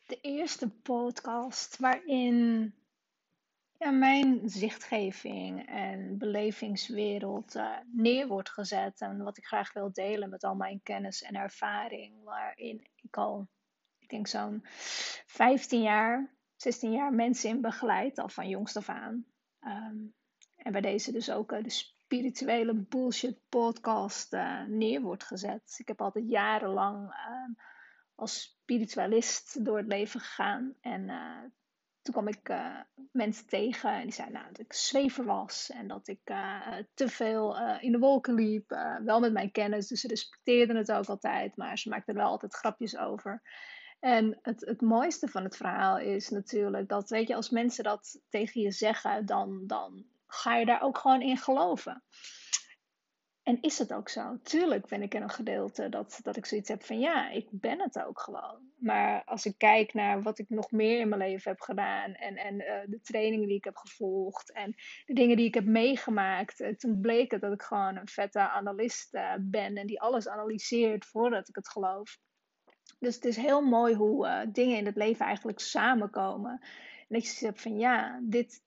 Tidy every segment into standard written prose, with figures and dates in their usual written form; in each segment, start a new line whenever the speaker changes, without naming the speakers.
De eerste podcast waarin mijn zichtgeving en belevingswereld neer wordt gezet. En wat ik graag wil delen met al mijn kennis en ervaring. Waarin ik al, ik denk zo'n 15 jaar, 16 jaar mensen in begeleid. Al van jongs af aan. En bij deze dus ook de spirituele bullshit podcast neer wordt gezet. Ik heb altijd jarenlang als spiritualist door het leven gegaan. En toen kwam ik mensen tegen en die zeiden dat ik zwever was en dat ik te veel in de wolken liep. Wel met mijn kennis, dus ze respecteerden het ook altijd, maar ze maakten er wel altijd grapjes over. En het mooiste van het verhaal is natuurlijk dat, weet je, als mensen dat tegen je zeggen, dan ga je daar ook gewoon in geloven. En is het ook zo? Tuurlijk ben ik in een gedeelte dat ik zoiets heb van ja, ik ben het ook gewoon. Maar als ik kijk naar wat ik nog meer in mijn leven heb gedaan en de trainingen die ik heb gevolgd en de dingen die ik heb meegemaakt, toen bleek het dat ik gewoon een vette analist ben en die alles analyseert voordat ik het geloof. Dus het is heel mooi hoe dingen in het leven eigenlijk samenkomen. En dat je zoiets hebt van ja,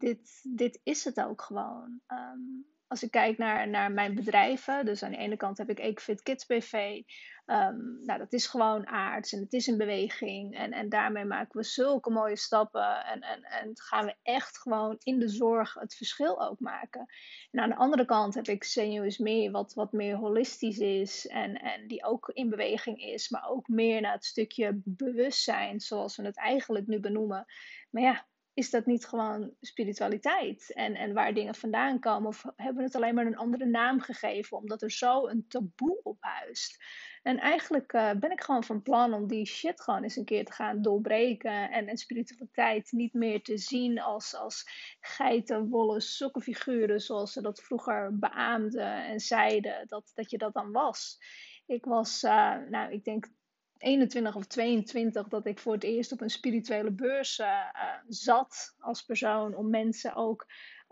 dit is het ook gewoon. Als ik kijk naar mijn bedrijven, dus aan de ene kant heb ik Equifit Kids BV. Nou, dat is gewoon aards en het is in beweging. En daarmee maken we zulke mooie stappen. En gaan we echt gewoon in de zorg het verschil ook maken. En aan de andere kant heb ik Seniors Me, wat meer holistisch is en die ook in beweging is, maar ook meer naar het stukje bewustzijn, zoals we het eigenlijk nu benoemen. Maar ja, is dat niet gewoon spiritualiteit? En waar dingen vandaan komen, of hebben we het alleen maar een andere naam gegeven, omdat er zo een taboe op huist? En eigenlijk ben ik gewoon van plan om die shit gewoon eens een keer te gaan doorbreken. En spiritualiteit niet meer te zien als geitenwolle sokkenfiguren, zoals ze dat vroeger beaamden en zeiden dat je dat dan was. Ik was, nou, ik denk 21 of 22 dat ik voor het eerst op een spirituele beurs zat als persoon om mensen ook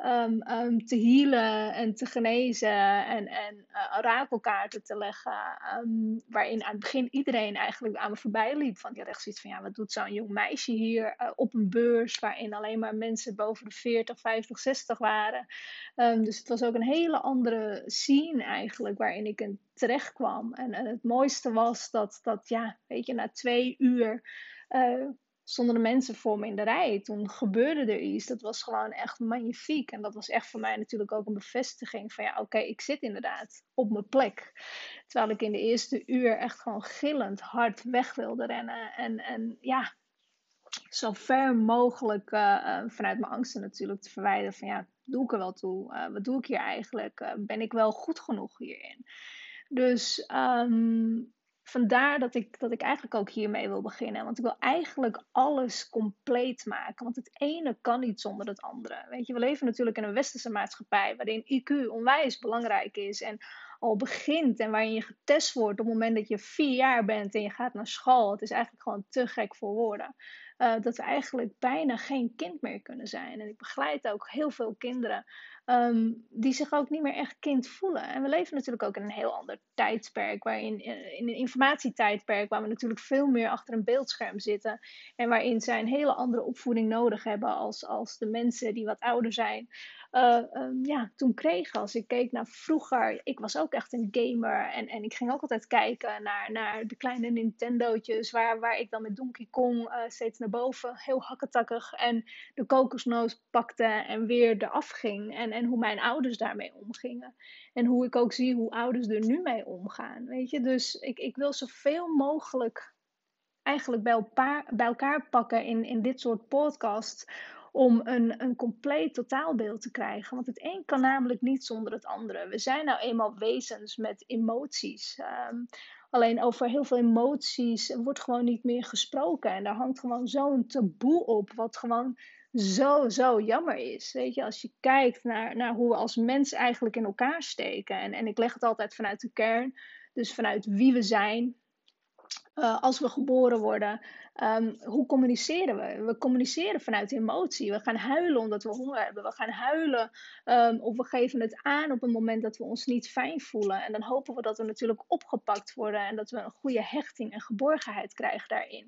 te healen en te genezen en orakelkaarten te leggen. Waarin aan het begin iedereen eigenlijk aan me voorbij liep. Want die had echt zoiets van, ja, wat doet zo'n jong meisje hier op een beurs waarin alleen maar mensen boven de 40, 50, 60 waren. Dus het was ook een hele andere scene eigenlijk waarin ik in terecht kwam. En het mooiste was dat ja, weet je, na 2 uur stonden de mensen voor me in de rij. Toen gebeurde er iets. Dat was gewoon echt magnifiek. En dat was echt voor mij natuurlijk ook een bevestiging van ja, oké, ik zit inderdaad op mijn plek. Terwijl ik in de eerste uur echt gewoon gillend hard weg wilde rennen. En ja, zo ver mogelijk vanuit mijn angsten natuurlijk te verwijderen van ja, doe ik er wel toe? Wat doe ik hier eigenlijk? Ben ik wel goed genoeg hierin? Dus vandaar dat ik eigenlijk ook hiermee wil beginnen. Want ik wil eigenlijk alles compleet maken. Want het ene kan niet zonder het andere. Weet je, we leven natuurlijk in een westerse maatschappij waarin IQ onwijs belangrijk is. En al begint en waarin je getest wordt op het moment dat je 4 jaar bent en je gaat naar school. Het is eigenlijk gewoon te gek voor woorden. Dat we eigenlijk bijna geen kind meer kunnen zijn. En ik begeleid ook heel veel kinderen die zich ook niet meer echt kind voelen. En we leven natuurlijk ook in een heel ander tijdsperk, waarin in een informatietijdperk, waar we natuurlijk veel meer achter een beeldscherm zitten. En waarin zij een hele andere opvoeding nodig hebben als de mensen die wat ouder zijn. Ja, toen kregen. Als ik keek naar vroeger, ik was ook echt een gamer. En ik ging ook altijd kijken naar de kleine Nintendo'tjes, waar ik dan met Donkey Kong steeds naar boven, heel hakketakkig. En de kokosnoot pakte en weer eraf ging. En hoe mijn ouders daarmee omgingen. En hoe ik ook zie hoe ouders er nu mee omgaan. Weet je, dus ik wil zoveel mogelijk eigenlijk bij elkaar pakken in dit soort podcasts. Om een compleet totaalbeeld te krijgen. Want het een kan namelijk niet zonder het andere. We zijn nou eenmaal wezens met emoties. Alleen over heel veel emoties wordt gewoon niet meer gesproken. En daar hangt gewoon zo'n taboe op. Wat gewoon zo jammer is. Weet je, als je kijkt naar hoe we als mens eigenlijk in elkaar steken. En ik leg het altijd vanuit de kern. Dus vanuit wie we zijn, als we geboren worden, hoe communiceren we? We communiceren vanuit emotie. We gaan huilen omdat we honger hebben. We gaan huilen of we geven het aan op een moment dat we ons niet fijn voelen. En dan hopen we dat we natuurlijk opgepakt worden en dat we een goede hechting en geborgenheid krijgen daarin.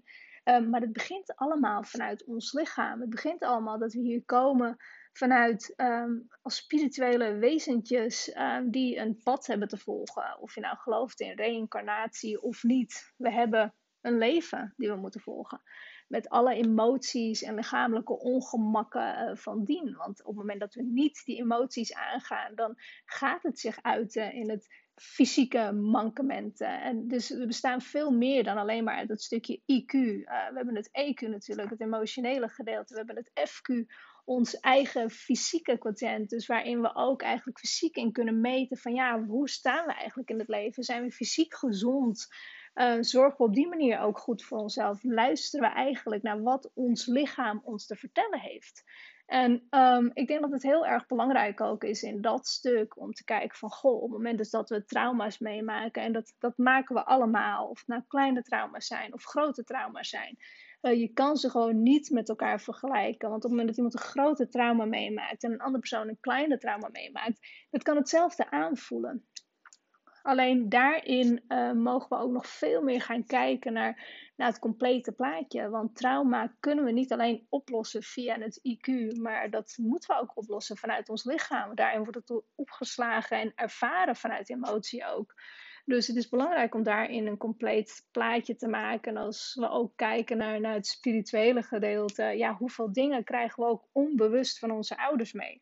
Maar het begint allemaal vanuit ons lichaam. Het begint allemaal dat we hier komen vanuit als spirituele wezentjes die een pad hebben te volgen. Of je nou gelooft in reïncarnatie of niet. We hebben een leven die we moeten volgen. Met alle emoties en lichamelijke ongemakken van dien. Want op het moment dat we niet die emoties aangaan, dan gaat het zich uiten in het fysieke mankementen. En dus we bestaan veel meer dan alleen maar uit dat stukje IQ. We hebben het EQ natuurlijk, het emotionele gedeelte. We hebben het FQ, ons eigen fysieke quotient. Dus waarin we ook eigenlijk fysiek in kunnen meten van ja, hoe staan we eigenlijk in het leven? Zijn we fysiek gezond? Zorgen we op die manier ook goed voor onszelf? Luisteren we eigenlijk naar wat ons lichaam ons te vertellen heeft? En ik denk dat het heel erg belangrijk ook is in dat stuk om te kijken van goh, op het moment dus dat we trauma's meemaken, en dat maken we allemaal, of het nou kleine trauma's zijn of grote trauma's zijn. Je kan ze gewoon niet met elkaar vergelijken. Want op het moment dat iemand een grote trauma meemaakt en een andere persoon een kleine trauma meemaakt, dat kan hetzelfde aanvoelen. Alleen daarin mogen we ook nog veel meer gaan kijken naar het complete plaatje. Want trauma kunnen we niet alleen oplossen via het IQ, maar dat moeten we ook oplossen vanuit ons lichaam. Daarin wordt het opgeslagen en ervaren vanuit emotie ook. Dus het is belangrijk om daarin een compleet plaatje te maken. En als we ook kijken naar het spirituele gedeelte, ja, hoeveel dingen krijgen we ook onbewust van onze ouders mee.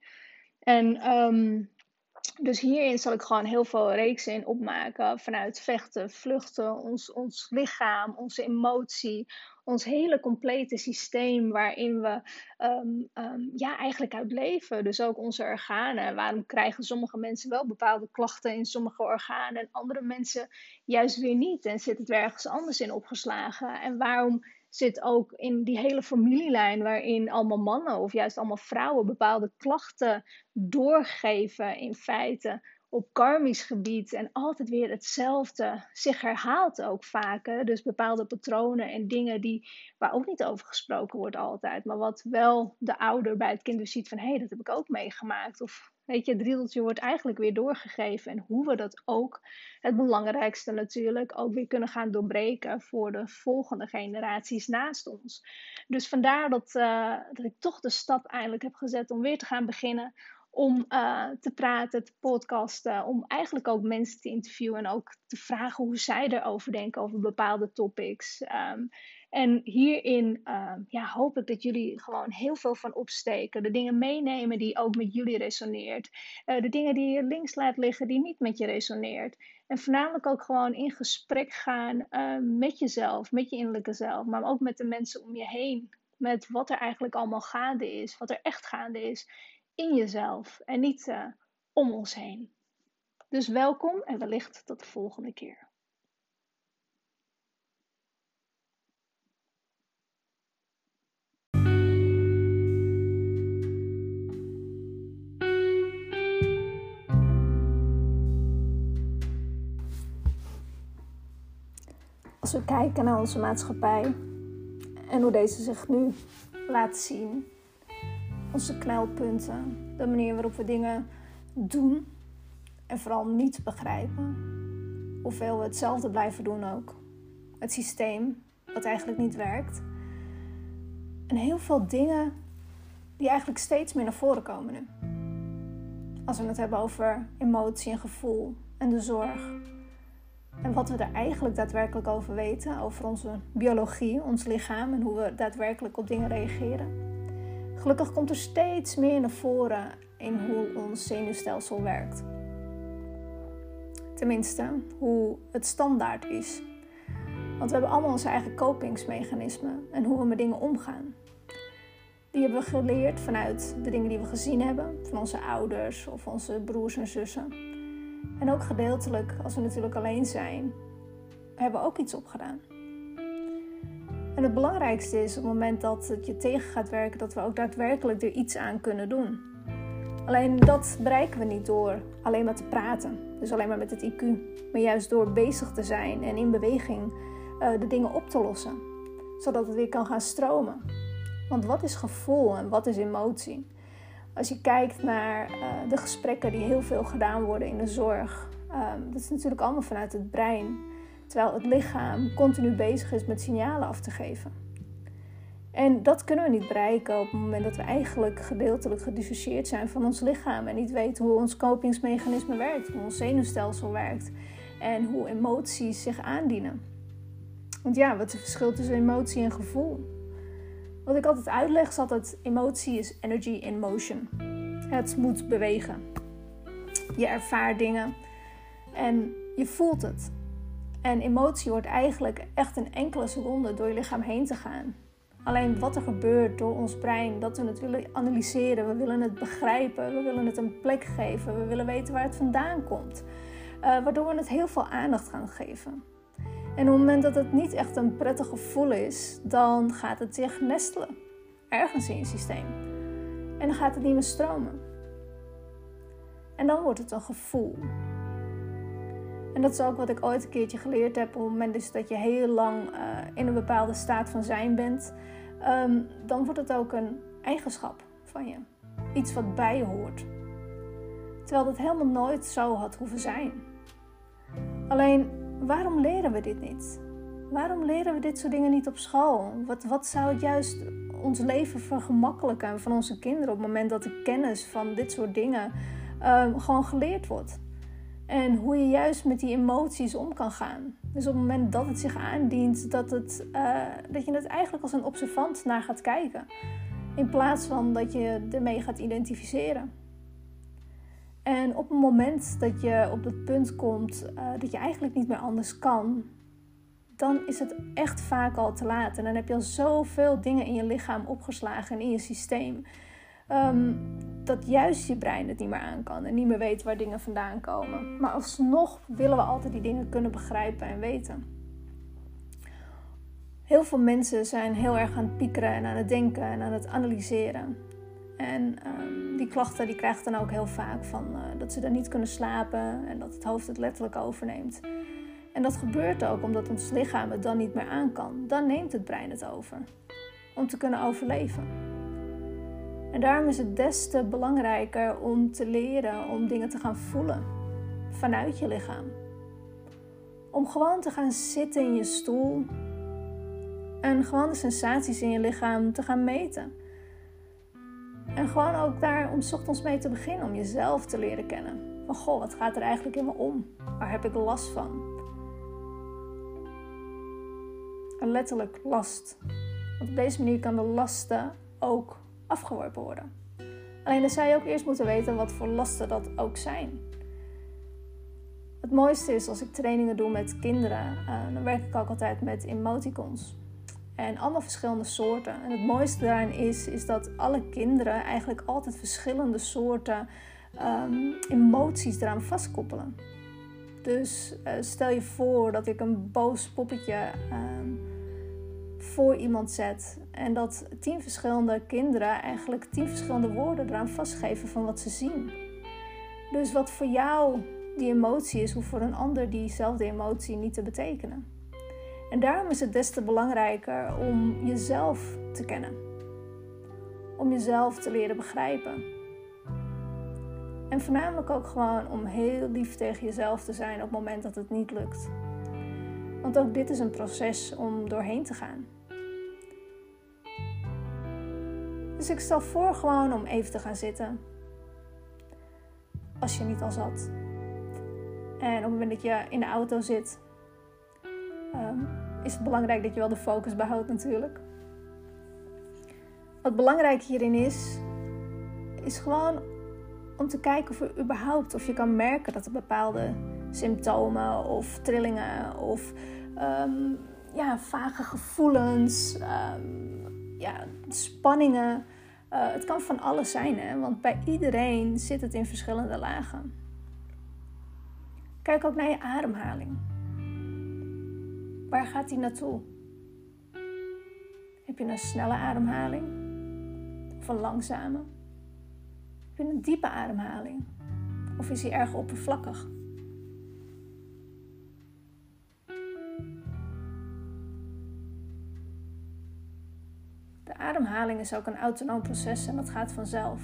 En dus hierin zal ik gewoon heel veel reeksen in opmaken vanuit vechten, vluchten, ons lichaam, onze emotie, ons hele complete systeem waarin we eigenlijk uit leven. Dus ook onze organen. Waarom krijgen sommige mensen wel bepaalde klachten in sommige organen en andere mensen juist weer niet? En zit het er ergens anders in opgeslagen? En waarom zit ook in die hele familielijn waarin allemaal mannen of juist allemaal vrouwen bepaalde klachten doorgeven in feite op karmisch gebied en altijd weer hetzelfde zich herhaalt ook vaker. Dus bepaalde patronen en dingen waar ook niet over gesproken wordt altijd, maar wat wel de ouder bij het kind dus ziet van hé, dat heb ik ook meegemaakt. Of weet je, het riedeltje wordt eigenlijk weer doorgegeven en hoe we dat ook, het belangrijkste natuurlijk, ook weer kunnen gaan doorbreken voor de volgende generaties naast ons. Dus vandaar dat ik toch de stap eindelijk heb gezet om weer te gaan beginnen. Om te praten, te podcasten, om eigenlijk ook mensen te interviewen en ook te vragen hoe zij erover denken over bepaalde topics. En hierin hoop ik dat jullie gewoon heel veel van opsteken. De dingen meenemen die ook met jullie resoneert. De dingen die je links laat liggen die niet met je resoneert. En voornamelijk ook gewoon in gesprek gaan met jezelf, met je innerlijke zelf. Maar ook met de mensen om je heen. Met wat er eigenlijk allemaal gaande is. Wat er echt gaande is in jezelf. En niet om ons heen. Dus welkom en wellicht tot de volgende keer. Als we kijken naar onze maatschappij en hoe deze zich nu laat zien, onze knelpunten, de manier waarop we dingen doen en vooral niet begrijpen, hoeveel we hetzelfde blijven doen ook. Het systeem wat eigenlijk niet werkt. En heel veel dingen die eigenlijk steeds meer naar voren komen nu. Als we het hebben over emotie en gevoel en de zorg. En wat we er eigenlijk daadwerkelijk over weten, over onze biologie, ons lichaam en hoe we daadwerkelijk op dingen reageren. Gelukkig komt er steeds meer naar voren in hoe ons zenuwstelsel werkt. Tenminste, hoe het standaard is. Want we hebben allemaal onze eigen kopingsmechanismen en hoe we met dingen omgaan. Die hebben we geleerd vanuit de dingen die we gezien hebben, van onze ouders of onze broers en zussen. En ook gedeeltelijk, als we natuurlijk alleen zijn, hebben we ook iets opgedaan. En het belangrijkste is op het moment dat het je tegen gaat werken, dat we ook daadwerkelijk er iets aan kunnen doen. Alleen dat bereiken we niet door alleen maar te praten, dus alleen maar met het IQ. Maar juist door bezig te zijn en in beweging de dingen op te lossen. Zodat het weer kan gaan stromen. Want wat is gevoel en wat is emotie? Als je kijkt naar de gesprekken die heel veel gedaan worden in de zorg. Dat is natuurlijk allemaal vanuit het brein. Terwijl het lichaam continu bezig is met signalen af te geven. En dat kunnen we niet bereiken op het moment dat we eigenlijk gedeeltelijk gedissocieerd zijn van ons lichaam. En niet weten hoe ons kopingsmechanisme werkt, hoe ons zenuwstelsel werkt. En hoe emoties zich aandienen. Want ja, wat is het verschil tussen emotie en gevoel? Wat ik altijd uitleg is altijd, emotie is energy in motion. Het moet bewegen. Je ervaart dingen en je voelt het. En emotie wordt eigenlijk echt in enkele seconden door je lichaam heen te gaan. Alleen wat er gebeurt door ons brein, dat we het willen analyseren, we willen het begrijpen, we willen het een plek geven, we willen weten waar het vandaan komt. Waardoor we het heel veel aandacht gaan geven. En op het moment dat het niet echt een prettig gevoel is, dan gaat het zich nestelen. Ergens in je systeem. En dan gaat het niet meer stromen. En dan wordt het een gevoel. En dat is ook wat ik ooit een keertje geleerd heb. Op het moment dus dat je heel lang in een bepaalde staat van zijn bent. Dan wordt het ook een eigenschap van je. Iets wat bij je hoort. Terwijl dat helemaal nooit zo had hoeven zijn. Alleen, waarom leren we dit niet? Waarom leren we dit soort dingen niet op school? Wat zou het juist ons leven vergemakkelijken van onze kinderen op het moment dat de kennis van dit soort dingen gewoon geleerd wordt? En hoe je juist met die emoties om kan gaan. Dus op het moment dat het zich aandient, dat je het eigenlijk als een observant naar gaat kijken. In plaats van dat je ermee gaat identificeren. En op het moment dat je op dat punt komt dat je eigenlijk niet meer anders kan, dan is het echt vaak al te laat. En dan heb je al zoveel dingen in je lichaam opgeslagen en in je systeem. Dat juist je brein het niet meer aan kan en niet meer weet waar dingen vandaan komen. Maar alsnog willen we altijd die dingen kunnen begrijpen en weten. Heel veel mensen zijn heel erg aan het piekeren en aan het denken en aan het analyseren. En die klachten die krijgen dan ook heel vaak van dat ze dan niet kunnen slapen en dat het hoofd het letterlijk overneemt. En dat gebeurt ook omdat ons lichaam het dan niet meer aan kan. Dan neemt het brein het over om te kunnen overleven. En daarom is het des te belangrijker om te leren om dingen te gaan voelen vanuit je lichaam. Om gewoon te gaan zitten in je stoel en gewoon de sensaties in je lichaam te gaan meten. En gewoon ook daar om 's ochtends mee te beginnen, om jezelf te leren kennen. Van goh, wat gaat er eigenlijk in me om? Waar heb ik last van? En letterlijk last. Want op deze manier kan de lasten ook afgeworpen worden. Alleen dan zou je ook eerst moeten weten wat voor lasten dat ook zijn. Het mooiste is als ik trainingen doe met kinderen, dan werk ik ook altijd met emoticons. En allemaal verschillende soorten. En het mooiste daarin is dat alle kinderen eigenlijk altijd verschillende soorten emoties eraan vastkoppelen. Dus stel je voor dat ik een boos poppetje voor iemand zet. En dat 10 verschillende kinderen eigenlijk 10 verschillende woorden eraan vastgeven van wat ze zien. Dus wat voor jou die emotie is, hoeft voor een ander diezelfde emotie niet te betekenen. En daarom is het des te belangrijker om jezelf te kennen. Om jezelf te leren begrijpen. En voornamelijk ook gewoon om heel lief tegen jezelf te zijn op het moment dat het niet lukt. Want ook dit is een proces om doorheen te gaan. Dus ik stel voor gewoon om even te gaan zitten. Als je niet al zat. En op het moment dat je in de auto zit, is het belangrijk dat je wel de focus behoudt natuurlijk. Wat belangrijk hierin is gewoon om te kijken of je kan merken dat er bepaalde symptomen of trillingen of vage gevoelens, spanningen. Het kan van alles zijn, hè? Want bij iedereen zit het in verschillende lagen. Kijk ook naar je ademhaling. Waar gaat die naartoe? Heb je een snelle ademhaling? Of een langzame? Heb je een diepe ademhaling? Of is die erg oppervlakkig? De ademhaling is ook een autonoom proces en dat gaat vanzelf.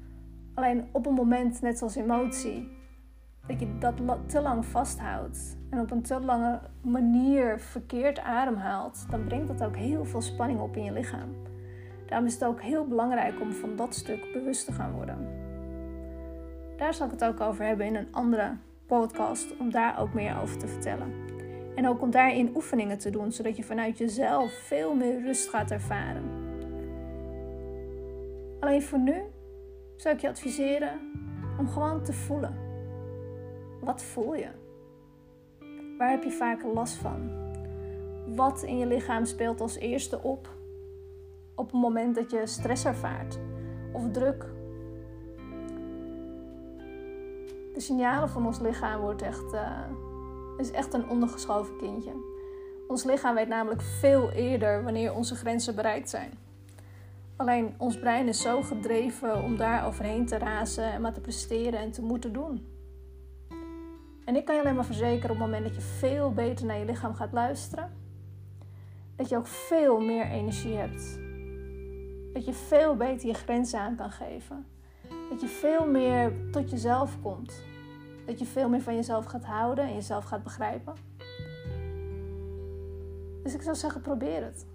Alleen op een moment, net zoals emotie, dat je dat te lang vasthoudt en op een te lange manier verkeerd ademhaalt, dan brengt dat ook heel veel spanning op in je lichaam. Daarom is het ook heel belangrijk om van dat stuk bewust te gaan worden. Daar zal ik het ook over hebben in een andere podcast, om daar ook meer over te vertellen. En ook om daarin oefeningen te doen, zodat je vanuit jezelf veel meer rust gaat ervaren. Alleen voor nu zou ik je adviseren om gewoon te voelen. Wat voel je? Waar heb je vaak last van? Wat in je lichaam speelt als eerste op het moment dat je stress ervaart of druk? De signalen van ons lichaam is echt een ondergeschoven kindje. Ons lichaam weet namelijk veel eerder wanneer onze grenzen bereikt zijn. Alleen ons brein is zo gedreven om daar overheen te razen en maar te presteren en te moeten doen. En ik kan je alleen maar verzekeren, op het moment dat je veel beter naar je lichaam gaat luisteren, dat je ook veel meer energie hebt. Dat je veel beter je grenzen aan kan geven. Dat je veel meer tot jezelf komt. Dat je veel meer van jezelf gaat houden en jezelf gaat begrijpen. Dus ik zou zeggen, probeer het.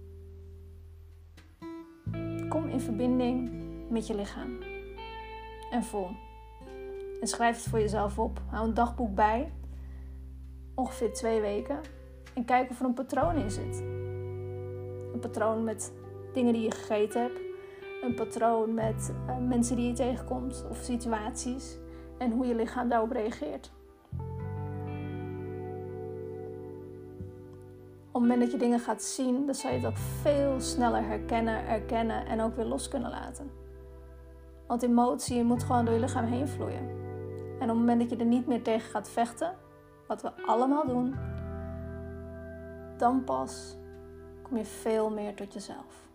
Kom in verbinding met je lichaam. En voel. En schrijf het voor jezelf op. Hou een dagboek bij. Ongeveer 2 weken. En kijk of er een patroon in zit. Een patroon met dingen die je gegeten hebt. Een patroon met mensen die je tegenkomt. Of situaties. En hoe je lichaam daarop reageert. Op het moment dat je dingen gaat zien, dan zal je het ook veel sneller herkennen, erkennen en ook weer los kunnen laten. Want emotie moet gewoon door je lichaam heen vloeien. En op het moment dat je er niet meer tegen gaat vechten, wat we allemaal doen, dan pas kom je veel meer tot jezelf.